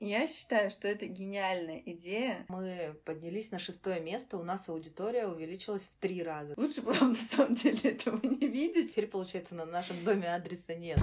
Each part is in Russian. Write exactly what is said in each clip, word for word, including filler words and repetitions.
Я считаю, что это гениальная идея. Мы поднялись на шестое место, у нас аудитория увеличилась в три раза. Лучше, правда, на самом деле этого не видеть. Теперь, получается, на нашем доме адреса нет.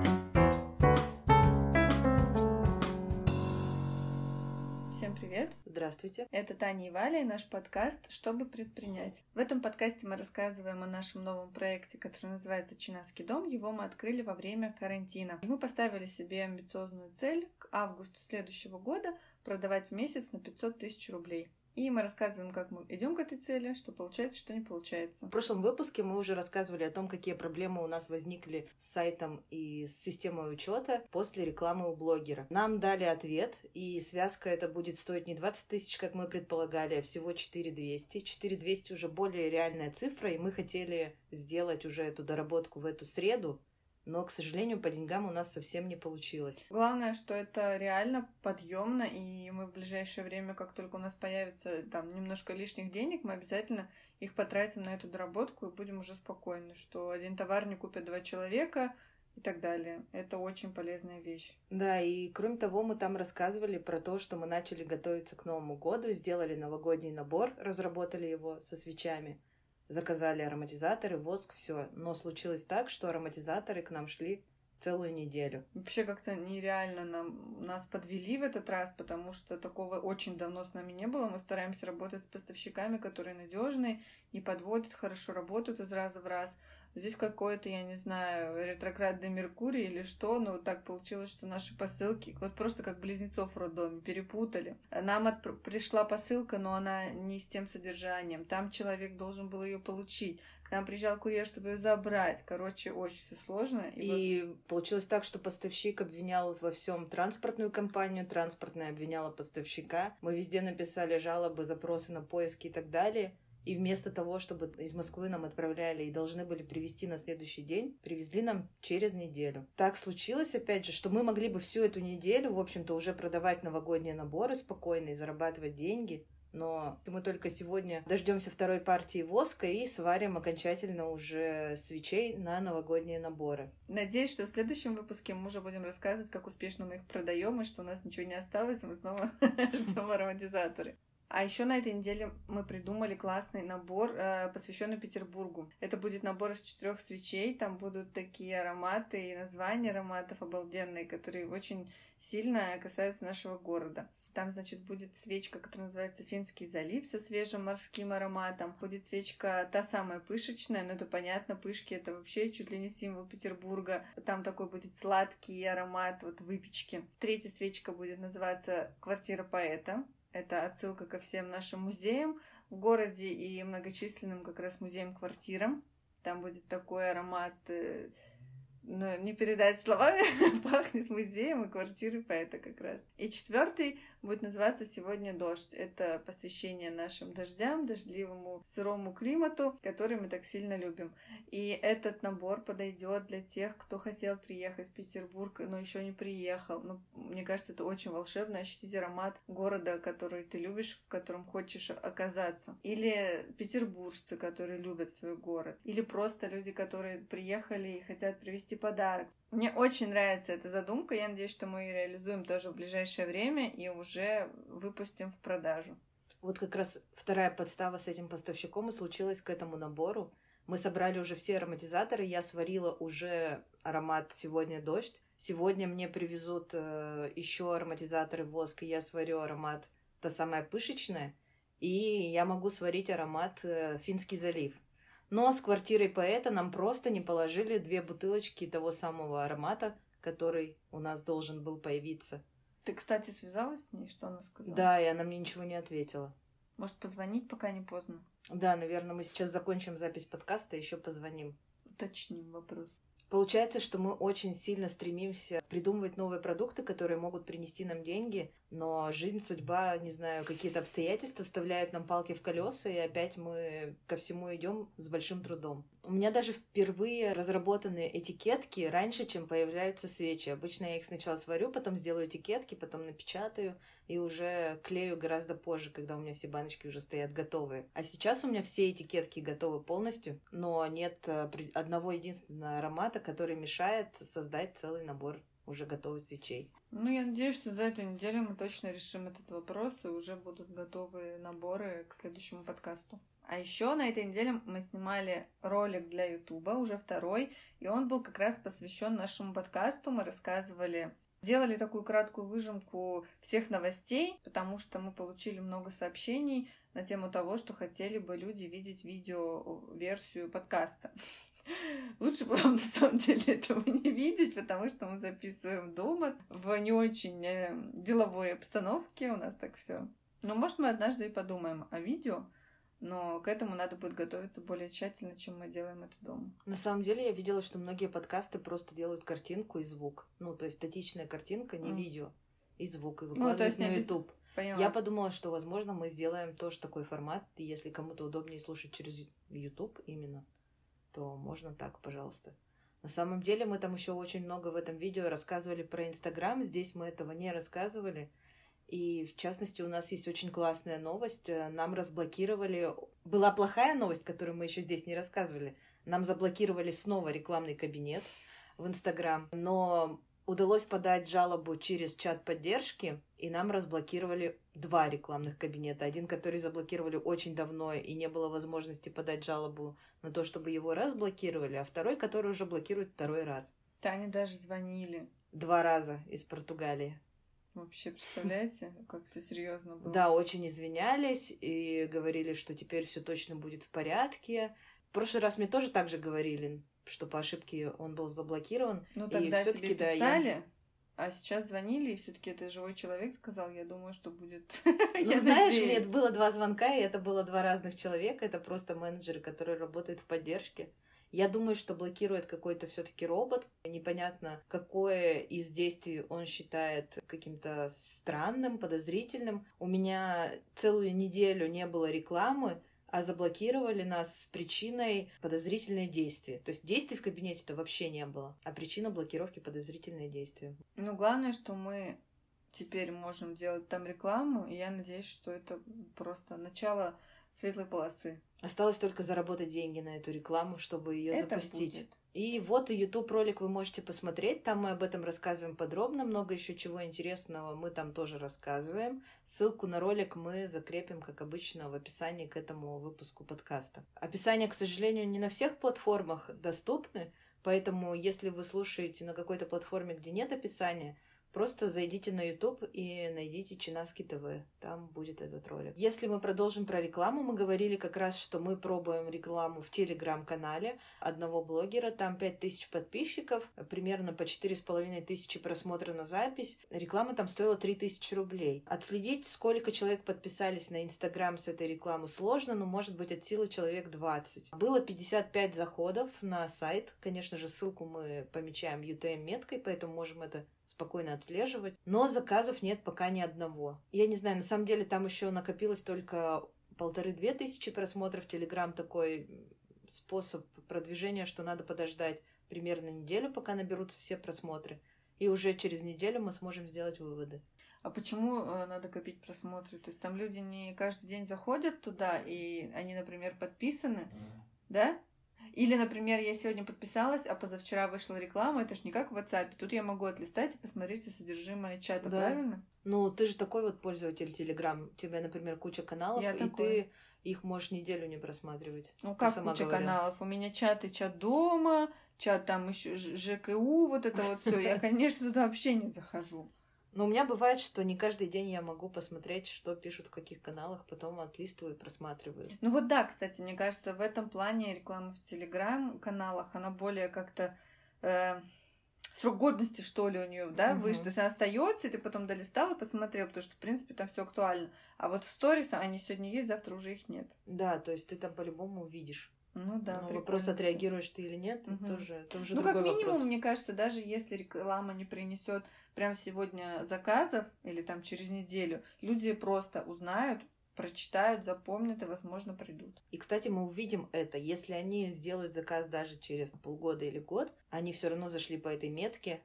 Всем привет! Здравствуйте! Это Таня и Валя и наш подкаст «Чтобы предпринять». В этом подкасте мы рассказываем о нашем новом проекте, который называется «Чинаский дом». Его мы открыли во время карантина. И мы поставили себе амбициозную цель к августу следующего года продавать в месяц на пятьсот тысяч рублей. И мы рассказываем, как мы идем к этой цели, что получается, что не получается. В прошлом выпуске мы уже рассказывали о том, какие проблемы у нас возникли с сайтом и с системой учета после рекламы у блогера. Нам дали ответ, и связка эта будет стоить не двадцать тысяч, как мы предполагали, а всего четыре тысячи двести. четыре тысячи двести уже более реальная цифра, и мы хотели сделать уже эту доработку в эту среду. Но, к сожалению, по деньгам у нас совсем не получилось. Главное, что это реально подъемно, и мы в ближайшее время, как только у нас появится там немножко лишних денег, мы обязательно их потратим на эту доработку и будем уже спокойны, что один товар не купят два человека и так далее. Это очень полезная вещь. Да, и кроме того, мы там рассказывали про то, что мы начали готовиться к Новому году, сделали новогодний набор, разработали его со свечами. Заказали ароматизаторы, воск, все. Но случилось так, что ароматизаторы к нам шли целую неделю. Вообще как-то нереально нам, нас подвели в этот раз, потому что такого очень давно с нами не было. Мы стараемся работать с поставщиками, которые надежные, не подводят, хорошо работают из раза в раз. Здесь какой-то, я не знаю, ретроградный Меркурий или что, но вот так получилось, что наши посылки, вот просто как близнецов в роддоме, перепутали. Нам от... пришла посылка, но она не с тем содержанием. Там человек должен был ее получить. К нам приезжал курьер, чтобы ее забрать. Короче, очень все сложно. И, и вот... получилось так, что поставщик обвинял во всем транспортную компанию, транспортная обвиняла поставщика. Мы везде написали жалобы, запросы на поиски и так далее. И вместо того, чтобы из Москвы нам отправляли и должны были привезти на следующий день, привезли нам через неделю. Так случилось, опять же, что мы могли бы всю эту неделю, в общем-то, уже продавать новогодние наборы спокойно и зарабатывать деньги. Но мы только сегодня дождемся второй партии воска и сварим окончательно уже свечей на новогодние наборы. Надеюсь, что в следующем выпуске мы уже будем рассказывать, как успешно мы их продаем, и что у нас ничего не осталось, и мы снова ждем ароматизаторы. А еще на этой неделе мы придумали классный набор, э, посвященный Петербургу. Это будет набор из четырех свечей, там будут такие ароматы и названия ароматов обалденные, которые очень сильно касаются нашего города. Там, значит, будет свечка, которая называется «Финский залив» со свежим морским ароматом. Будет свечка та самая пышечная, но это понятно, пышки — это вообще чуть ли не символ Петербурга. Там такой будет сладкий аромат вот выпечки. Третья свечка будет называться «Квартира поэта». Это отсылка ко всем нашим музеям в городе и многочисленным как раз музеям-квартирам. Там будет такой аромат, ну, не передать словами, пахнет музеем и квартирой поэта как раз. И четвертый будет называться «Сегодня дождь». Это посвящение нашим дождям, дождливому сырому климату, который мы так сильно любим. И этот набор подойдет для тех, кто хотел приехать в Петербург, но еще не приехал. Ну, мне кажется, это очень волшебно ощутить аромат города, который ты любишь, в котором хочешь оказаться. Или петербуржцы, которые любят свой город. Или просто люди, которые приехали и хотят привезти подарок. Мне очень нравится эта задумка. Я надеюсь, что мы ее реализуем тоже в ближайшее время и уже выпустим в продажу. Вот как раз вторая подстава с этим поставщиком и случилась к этому набору. Мы собрали уже все ароматизаторы, я сварила уже аромат «Сегодня дождь». Сегодня мне привезут э, еще ароматизаторы воск, и я сварю аромат «Та самая пышечная», и я могу сварить аромат э, «Финский залив». Но с квартирой поэта нам просто не положили две бутылочки того самого аромата, который у нас должен был появиться. Ты, кстати, связалась с ней? Что она сказала? Да, и она мне ничего не ответила. Может, позвонить, пока не поздно? Да, наверное, мы сейчас закончим запись подкаста и еще позвоним. Уточним вопрос. Получается, что мы очень сильно стремимся придумывать новые продукты, которые могут принести нам деньги, но жизнь, судьба, не знаю, какие-то обстоятельства вставляют нам палки в колеса, и опять мы ко всему идем с большим трудом. У меня даже впервые разработаны этикетки раньше, чем появляются свечи. Обычно я их сначала сварю, потом сделаю этикетки, потом напечатаю и уже клею гораздо позже, когда у меня все баночки уже стоят готовые. А сейчас у меня все этикетки готовы полностью, но нет одного единственного аромата, который мешает создать целый набор уже готовых свечей. Ну, я надеюсь, что за эту неделю мы точно решим этот вопрос, и уже будут готовы наборы к следующему подкасту. А еще на этой неделе мы снимали ролик для Ютуба, уже второй, и он был как раз посвящен нашему подкасту. Мы рассказывали, делали такую краткую выжимку всех новостей, потому что мы получили много сообщений на тему того, что хотели бы люди видеть видео-версию подкаста. Лучше бы вам на самом деле этого не видеть, потому что мы записываем дома в не очень деловой обстановке, у нас так все. Но может мы однажды и подумаем о видео, но к этому надо будет готовиться более тщательно, чем мы делаем это дома. На самом деле я видела, что многие подкасты просто делают картинку и звук. Ну, то есть статичная картинка, не mm. видео, и звук, и выкладывают ну, то есть на YouTube. Поняла. Я подумала, что, возможно, мы сделаем тоже такой формат, и если кому-то удобнее слушать через YouTube именно, то можно так, пожалуйста. На самом деле мы там еще очень много в этом видео рассказывали про Инстаграм, здесь мы этого не рассказывали. И, в частности, у нас есть очень классная новость. Нам разблокировали... Была плохая новость, которую мы еще здесь не рассказывали. Нам заблокировали снова рекламный кабинет в Инстаграм. Но удалось подать жалобу через чат поддержки, и нам разблокировали два рекламных кабинета. Один, который заблокировали очень давно, и не было возможности подать жалобу на то, чтобы его разблокировали, а второй, который уже блокирует второй раз. Да, они даже звонили. Два раза из Португалии. Вообще, представляете, как все серьезно было? Да, очень извинялись и говорили, что теперь все точно будет в порядке. В прошлый раз мне тоже так же говорили, что по ошибке он был заблокирован. Ну, тогда и тебе да, писали, я... а сейчас звонили, и все-таки это живой человек сказал, я думаю, что будет... Ну, знаешь, мне было два звонка, и это было два разных человека. Это просто менеджеры, которые работают в поддержке. Я думаю, что блокирует какой-то все-таки робот. Непонятно, какое из действий он считает каким-то странным, подозрительным. У меня целую неделю не было рекламы, а заблокировали нас с причиной подозрительные действия. То есть действий в кабинете-то вообще не было, а причина блокировки — подозрительные действия. Ну, главное, что мы теперь можем делать там рекламу, и я надеюсь, что это просто начало светлой полосы. Осталось только заработать деньги на эту рекламу, чтобы ее это запустить. Будет. И вот и YouTube ролик вы можете посмотреть. Там мы об этом рассказываем подробно. Много еще чего интересного мы там тоже рассказываем. Ссылку на ролик мы закрепим, как обычно, в описании к этому выпуску подкаста. Описание, к сожалению, не на всех платформах доступны, поэтому если вы слушаете на какой-то платформе, где нет описания, просто зайдите на YouTube и найдите Чинаски ТВ. Там будет этот ролик. Если мы продолжим про рекламу, мы говорили как раз, что мы пробуем рекламу в Телеграм-канале одного блогера. Там пять тысяч подписчиков, примерно по четыре с половиной тысячи просмотров на запись. Реклама там стоила три тысячи рублей. Отследить, сколько человек подписались на Инстаграм с этой рекламы, сложно, но может быть от силы человек двадцать. Было пятьдесят пять заходов на сайт. Конечно же, ссылку мы помечаем ю ти эм-меткой, поэтому можем это спокойно отслеживать. Но заказов нет пока ни одного. Я не знаю, на самом деле там еще накопилось только полторы-две тысячи просмотров. Телеграм такой способ продвижения, что надо подождать примерно неделю, пока наберутся все просмотры. И уже через неделю мы сможем сделать выводы. А почему э, надо копить просмотры? То есть там люди не каждый день заходят туда, и они, например, подписаны, mm. да? Или, например, я сегодня подписалась, а позавчера вышла реклама, это ж не как в WhatsApp. Тут я могу отлистать и посмотреть все содержимое чата, да. Правильно? Ну, ты же такой вот пользователь Telegram. У тебя, например, куча каналов, я и такой. Ты их можешь неделю не просматривать. Ну, как куча говоря. каналов? У меня чат и чат дома, чат там еще ЖКУ, вот это вот все. Я, конечно, туда вообще не захожу. Но у меня бывает, что не каждый день я могу посмотреть, что пишут в каких каналах, потом отлистываю и просматриваю. Ну вот да, кстати, мне кажется, в этом плане реклама в Телеграм-каналах, она более как-то... Э, срок годности, что ли, у нее, да, uh-huh. вышла. То есть она остается, и ты потом долистал и посмотрел, потому что, в принципе, там все актуально. А вот в сторис они сегодня есть, завтра уже их нет. Да, то есть ты там по-любому увидишь. Ну да, ну, вопрос, отреагируешь ты или нет, угу. тоже, это уже ну, другой как минимум, вопрос. Мне кажется, даже если реклама не принесет прямо сегодня заказов или там через неделю, люди просто узнают, прочитают, запомнят и, возможно, придут. И, кстати, мы увидим это. Если они сделают заказ даже через полгода или год, они все равно зашли по этой метке,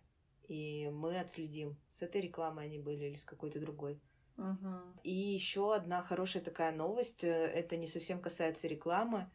и мы отследим, с этой рекламой они были или с какой-то другой. Угу. И еще одна хорошая такая новость, это не совсем касается рекламы.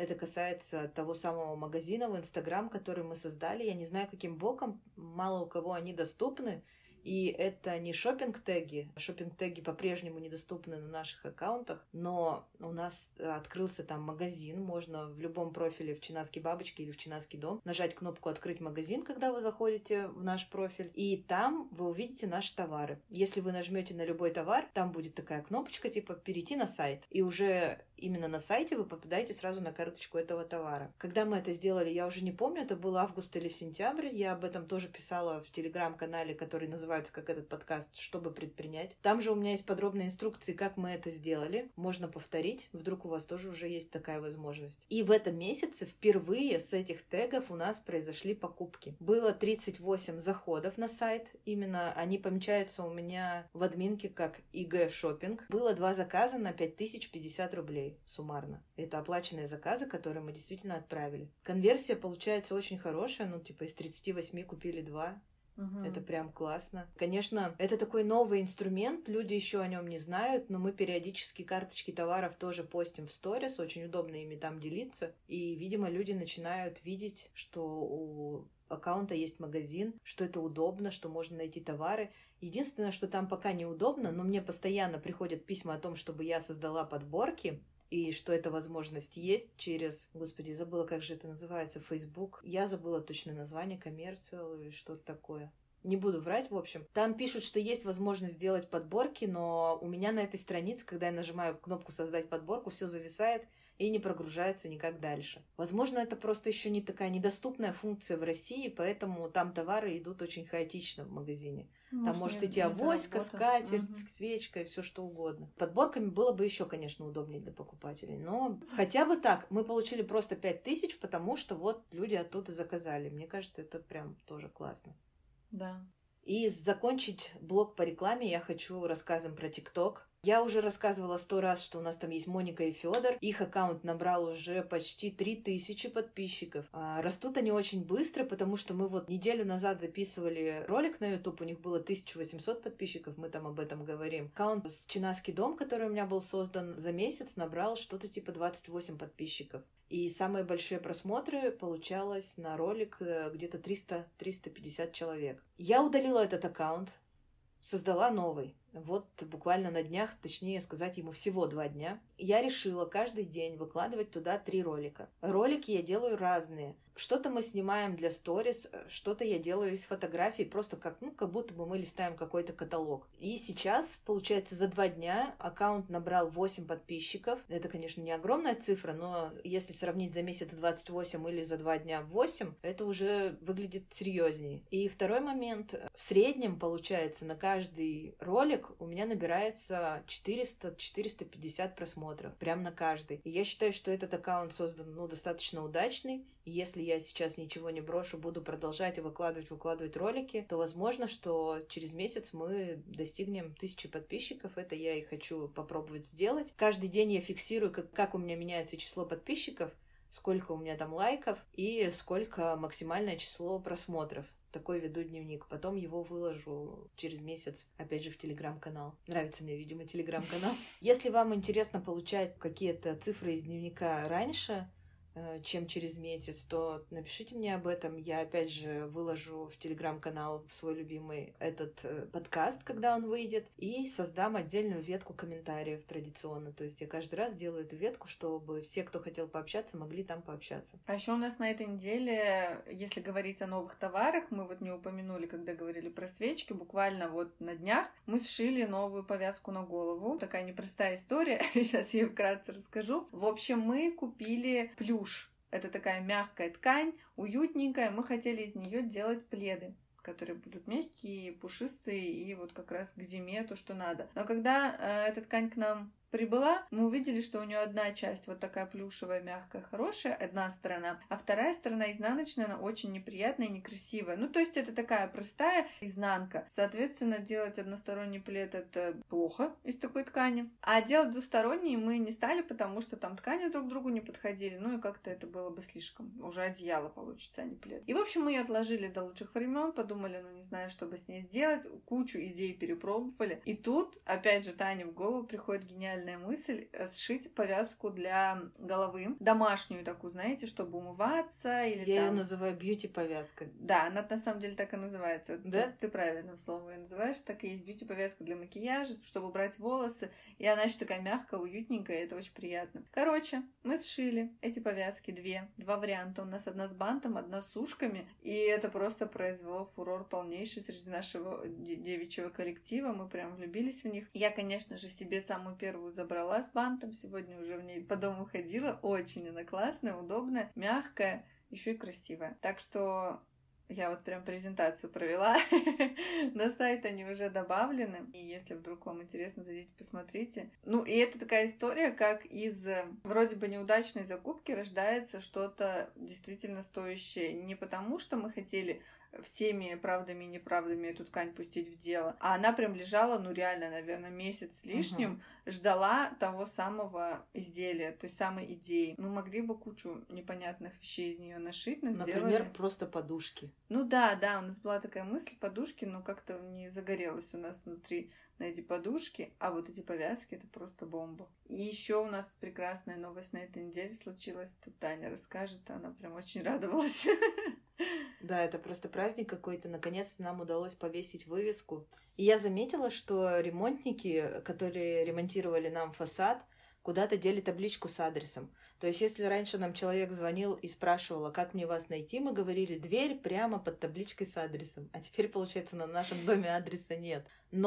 Это касается того самого магазина в Инстаграм, который мы создали. Я не знаю, каким боком, мало у кого они доступны. И это не шопинг-теги. Шопинг-теги по-прежнему недоступны на наших аккаунтах, но у нас открылся там магазин. Можно в любом профиле в Чинаски Бабочки или в Чинаский дом нажать кнопку «Открыть магазин», когда вы заходите в наш профиль, и там вы увидите наши товары. Если вы нажмете на любой товар, там будет такая кнопочка типа «Перейти на сайт», и уже именно на сайте вы попадаете сразу на карточку этого товара. Когда мы это сделали, я уже не помню, это был август или сентябрь, я об этом тоже писала в телеграм-канале, который называется как этот подкаст «Чтобы предпринять». Там же у меня есть подробные инструкции, как мы это сделали. Можно повторить, вдруг у вас тоже уже есть такая возможность. И в этом месяце впервые с этих тегов у нас произошли покупки. Было тридцать восемь заходов на сайт. Именно они помечаются у меня в админке как и джи Шопинг. Было два заказа на пять тысяч пятьдесят рублей суммарно. Это оплаченные заказы, которые мы действительно отправили. Конверсия получается очень хорошая. Ну, типа из тридцати восьми купили два. Угу. Это прям классно. Конечно, это такой новый инструмент, люди еще о нем не знают, но мы периодически карточки товаров тоже постим в сторис, очень удобно ими там делиться. И, видимо, люди начинают видеть, что у аккаунта есть магазин, что это удобно, что можно найти товары. Единственное, что там пока неудобно, но мне постоянно приходят письма о том, чтобы я создала подборки, и что эта возможность есть через... Господи, забыла, как же это называется, Facebook. Я забыла точное название, коммерциал или что-то такое. Не буду врать, в общем. Там пишут, что есть возможность сделать подборки, но у меня на этой странице, когда я нажимаю кнопку «Создать подборку», все зависает и не прогружается никак дальше. Возможно, это просто еще не такая недоступная функция в России, поэтому там товары идут очень хаотично в магазине. Может, там может идти авоська, скатерть, угу. свечка и все что угодно. Подборками было бы еще, конечно, удобнее для покупателей. Но хотя бы так, мы получили просто пять тысяч, потому что вот люди оттуда заказали. Мне кажется, это прям тоже классно. Да. И закончить блог по рекламе я хочу рассказом про ТикТок. Я уже рассказывала сто раз, что у нас там есть Моника и Федор. Их аккаунт набрал уже почти три тысячи подписчиков. А, растут они очень быстро, потому что мы вот неделю назад записывали ролик на YouTube, у них было тысяча восемьсот подписчиков, мы там об этом говорим. Аккаунт с Чинаский дом, который у меня был создан за месяц, набрал что-то типа двадцать восемь подписчиков. И самые большие просмотры получалось на ролик где-то триста - триста пятьдесят человек. Я удалила этот аккаунт, создала новый. Вот буквально на днях, точнее сказать, ему всего два дня. Я решила каждый день выкладывать туда три ролика. Ролики я делаю разные. Что-то мы снимаем для сторис, что-то я делаю из фотографий, просто как, ну, как будто бы мы листаем какой-то каталог. И сейчас, получается, за два дня аккаунт набрал восемь подписчиков. Это, конечно, не огромная цифра, но если сравнить за месяц двадцать восемь или за два дня восемь, это уже выглядит серьезнее. И второй момент. В среднем, получается, на каждый ролик у меня набирается четыреста - четыреста пятьдесят просмотров. Прям на каждый. И я считаю, что этот аккаунт создан, ну, достаточно удачный. И если я сейчас ничего не брошу, буду продолжать и выкладывать, выкладывать ролики, то возможно, что через месяц мы достигнем тысячи подписчиков. Это я и хочу попробовать сделать. Каждый день я фиксирую, как, как у меня меняется число подписчиков, сколько у меня там лайков и сколько максимальное число просмотров. Такой веду дневник. Потом его выложу через месяц, опять же, в телеграм-канал. Нравится мне, видимо, телеграм-канал. Если вам интересно получать какие-то цифры из дневника раньше, чем через месяц, то напишите мне об этом. Я, опять же, выложу в телеграм-канал в свой любимый этот э, подкаст, когда он выйдет, и создам отдельную ветку комментариев традиционно. То есть я каждый раз делаю эту ветку, чтобы все, кто хотел пообщаться, могли там пообщаться. А еще у нас на этой неделе, если говорить о новых товарах, мы вот не упомянули, когда говорили про свечки, буквально вот на днях мы сшили новую повязку на голову. Такая непростая история, сейчас я вкратце расскажу. В общем, мы купили плюш. Это такая мягкая ткань, уютненькая. Мы хотели из нее делать пледы, которые будут мягкие, пушистые и вот как раз к зиме то, что надо. Но когда э, эта ткань к нам прибыла, мы увидели, что у нее одна часть вот такая плюшевая, мягкая, хорошая, одна сторона, а вторая сторона изнаночная, она очень неприятная и некрасивая. Ну, то есть это такая простая изнанка. Соответственно, делать односторонний плед — это плохо из такой ткани. А делать двусторонний мы не стали, потому что там ткани друг к другу не подходили, ну и как-то это было бы слишком. Уже одеяло получится, а не плед. И, в общем, мы ее отложили до лучших времен, подумали, ну, не знаю, что бы с ней сделать, кучу идей перепробовали. И тут, опять же, Тане в голову приходит гениальная гениальная мысль сшить повязку для головы, домашнюю такую, знаете, чтобы умываться или Я там... ее называю бьюти-повязкой. Да, она на самом деле так и называется. Да? Ты, ты правильным словом ее называешь. Так и есть бьюти-повязка для макияжа, чтобы убрать волосы. И она еще такая мягкая, уютненькая, и это очень приятно. Короче, мы сшили эти повязки, две. Два варианта. У нас одна с бантом, одна с ушками. И это просто произвело фурор полнейший среди нашего девичьего коллектива. Мы прям влюбились в них. Я, конечно же, себе самую первую забрала с бантом. Сегодня уже в ней по дому ходила. Очень она классная, удобная, мягкая, еще и красивая. Так что я вот прям презентацию провела. На сайт они уже добавлены. И если вдруг вам интересно, зайдите, посмотрите. Ну, и это такая история, как из вроде бы неудачной закупки рождается что-то действительно стоящее. Не потому, что мы хотели всеми правдами и неправдами эту ткань пустить в дело, а она прям лежала, ну реально, наверное, месяц с лишним, uh-huh. ждала того самого изделия, той самой идеи. Мы могли бы кучу непонятных вещей из нее нашить, но Например, сделали... просто подушки. Ну да, да, у нас была такая мысль, подушки, но как-то не загорелась у нас внутри на эти подушки, а вот эти повязки — это просто бомба. И еще у нас прекрасная новость на этой неделе случилась, тут Таня расскажет, она прям очень радовалась. Да, это просто праздник какой-то. Наконец-то нам удалось повесить вывеску. И я заметила, что ремонтники, которые ремонтировали нам фасад, куда-то дели табличку с адресом. То есть, если раньше нам человек звонил и спрашивал, а как мне вас найти, мы говорили, дверь прямо под табличкой с адресом. А теперь, получается, на нашем доме адреса нет.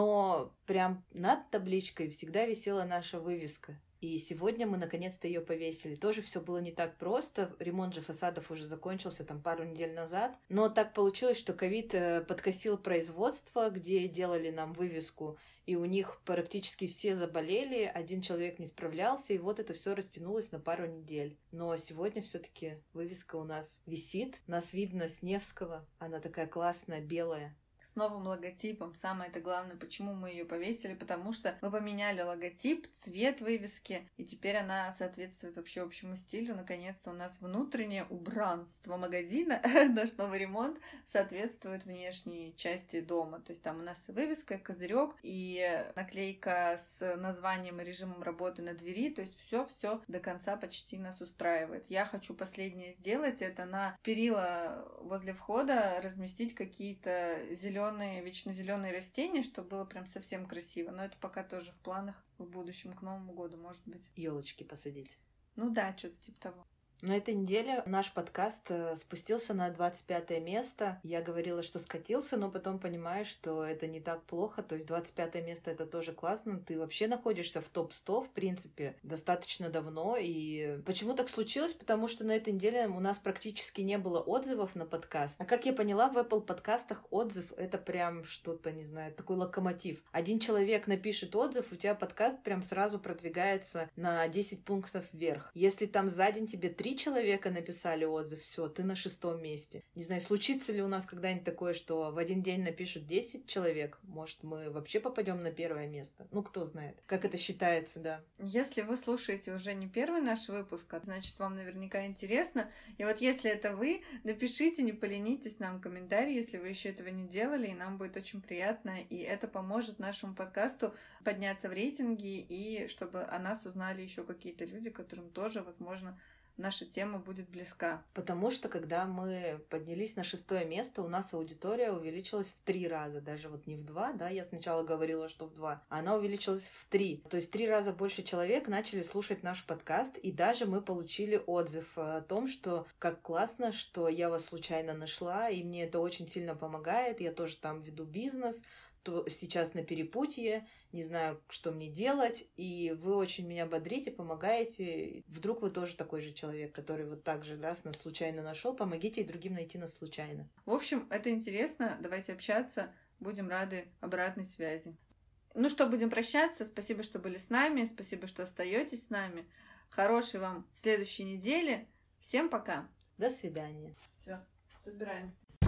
Но прям над табличкой всегда висела наша вывеска. И сегодня мы наконец-то ее повесили. Тоже все было не так просто. Ремонт же фасадов уже закончился там пару недель назад. Но так получилось, что ковид подкосил производство, где делали нам вывеску. И у них практически все заболели, один человек не справлялся, и вот это все растянулось на пару недель. Но сегодня все-таки вывеска у нас висит. Нас видно с Невского. Она такая классная, белая. С новым логотипом. Самое это главное, почему мы ее повесили, потому что мы поменяли логотип, цвет вывески, и теперь она соответствует вообще общему стилю. Наконец-то у нас внутреннее убранство магазина, наш новый ремонт, соответствует внешней части дома. То есть там у нас вывеска, козырек и наклейка с названием и режимом работы на двери. То есть все-все до конца почти нас устраивает. Я хочу последнее сделать, это на перила возле входа разместить какие-то зеленые зеленые, вечно зеленые растения, чтобы было прям совсем красиво. Но это пока тоже в планах в будущем, к Новому году, может быть. Елочки посадить. Ну да, что-то типа того. На этой неделе наш подкаст спустился на двадцать пятое место. Я говорила, что скатился, но потом понимаю, что это не так плохо. То есть двадцать пятое место — это тоже классно. Ты вообще находишься в топ сто, в принципе, достаточно давно. И почему так случилось? Потому что на этой неделе у нас практически не было отзывов на подкаст. А как я поняла, в Apple подкастах отзыв — это прям что-то, не знаю, такой локомотив. Один человек напишет отзыв, у тебя подкаст прям сразу продвигается на десять пунктов вверх. Если там за день тебе три человека написали отзыв, все, ты на шестом месте. Не знаю, случится ли у нас когда-нибудь такое, что в один день напишут десять человек, может, мы вообще попадем на первое место. Ну, кто знает, как это считается, да. Если вы слушаете уже не первый наш выпуск, значит, вам наверняка интересно. И вот если это вы, напишите, не поленитесь нам комментарий, если вы еще этого не делали, и нам будет очень приятно, и это поможет нашему подкасту подняться в рейтинге, и чтобы о нас узнали еще какие-то люди, которым тоже, возможно, наша тема будет близка. Потому что, когда мы поднялись на шестое место, у нас аудитория увеличилась в три раза. Даже вот не в два, да, я сначала говорила, что в два, а она увеличилась в три. То есть три раза больше человек начали слушать наш подкаст, и даже мы получили отзыв о том, что как классно, что я вас случайно нашла, и мне это очень сильно помогает. Я тоже там веду бизнес, то сейчас на перепутье, не знаю, что мне делать, и вы очень меня бодрите, помогаете. Вдруг вы тоже такой же человек, который вот так же раз нас случайно нашел, помогите и другим найти нас случайно. В общем, это интересно, давайте общаться, будем рады обратной связи. Ну что, будем прощаться, спасибо, что были с нами, спасибо, что остаетесь с нами. Хорошей вам следующей недели, всем пока. До свидания. Все, собираемся.